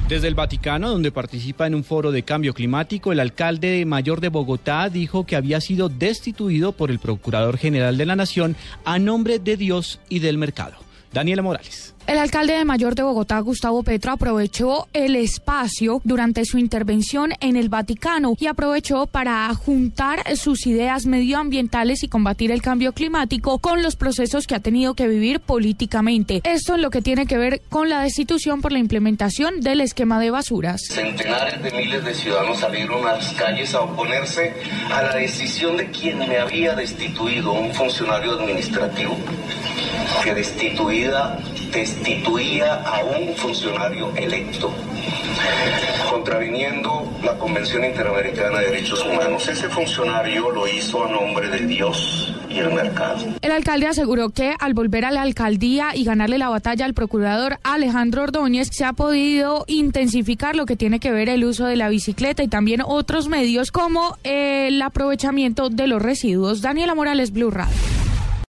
Desde el Vaticano, donde participa en un foro de cambio climático, el alcalde mayor de Bogotá dijo que había sido destituido por el Procurador General de la Nación a nombre de Dios y del mercado. Daniela Morales. El alcalde mayor de Bogotá, Gustavo Petro, aprovechó el espacio durante su intervención en el Vaticano y aprovechó para juntar sus ideas medioambientales y combatir el cambio climático con los procesos que ha tenido que vivir políticamente. Esto en lo que tiene que ver con la destitución por la implementación del esquema de basuras. Centenares de miles de ciudadanos salieron a las calles a oponerse a la decisión de quien me había destituido, un funcionario administrativo que destituía a un funcionario electo, contraviniendo la Convención Interamericana de Derechos Humanos. Ese funcionario lo hizo a nombre de Dios y el mercado. El alcalde aseguró que al volver a la alcaldía y ganarle la batalla al procurador Alejandro Ordóñez, se ha podido intensificar lo que tiene que ver el uso de la bicicleta y también otros medios como el aprovechamiento de los residuos. Daniela Morales, Blue Radio.